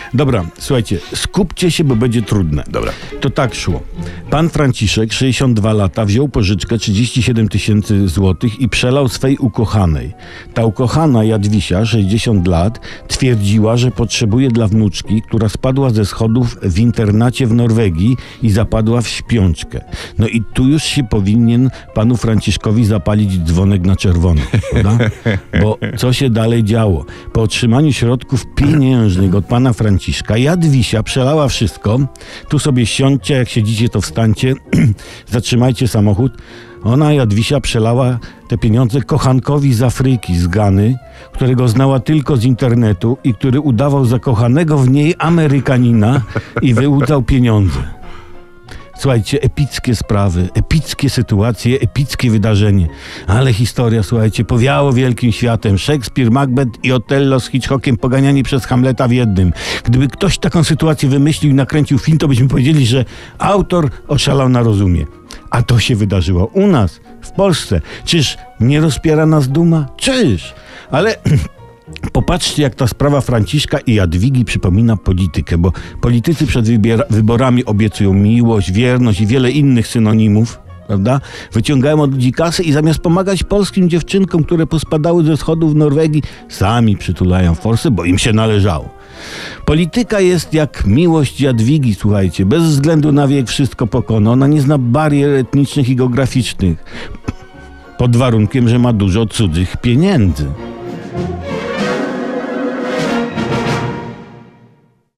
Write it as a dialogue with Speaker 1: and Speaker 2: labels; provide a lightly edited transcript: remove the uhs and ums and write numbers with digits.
Speaker 1: Dobra, słuchajcie, skupcie się, bo będzie trudne.
Speaker 2: Dobra.
Speaker 1: To tak szło. Pan Franciszek, 62 lata, wziął pożyczkę 37 000 złotych i przelał swej ukochanej. Ta ukochana Jadwisia, 60 lat, twierdziła, że potrzebuje dla wnuczki, która spadła ze schodów w internacie w Norwegii i zapadła w śpiączkę. No i tu już się powinien panu Franciszkowi zapalić dzwonek na czerwono, prawda? Bo co się dalej działo? Po otrzymaniu środków pieniężnych od pana Franciszka, Jadwisia przelała wszystko. Tu sobie siądźcie, jak siedzicie, to wstańcie, zatrzymajcie samochód. Ona, Jadwisia, przelała te pieniądze kochankowi z Afryki, z Gany, którego znała tylko z internetu i który udawał zakochanego w niej Amerykanina i wyłudzał pieniądze. Słuchajcie, epickie sprawy, epickie sytuacje, epickie wydarzenie. Ale historia, słuchajcie, powiało wielkim światem. Szekspir, Macbeth i Otello z Hitchcockiem poganiani przez Hamleta w jednym. Gdyby ktoś taką sytuację wymyślił i nakręcił film, to byśmy powiedzieli, że autor oszalał na rozumie. A to się wydarzyło u nas, w Polsce. Czyż nie rozpiera nas duma? Czyż? Ale popatrzcie, jak ta sprawa Franciszka i Jadwigi przypomina politykę, bo politycy przed wyborami obiecują miłość, wierność i wiele innych synonimów, prawda? Wyciągają od ludzi kasę i zamiast pomagać polskim dziewczynkom, które pospadały ze schodów w Norwegii, sami przytulają forsę, bo im się należało. Polityka jest jak miłość Jadwigi, słuchajcie, bez względu na wiek wszystko pokona. Ona nie zna barier etnicznych i geograficznych, pod warunkiem, że ma dużo cudzych pieniędzy.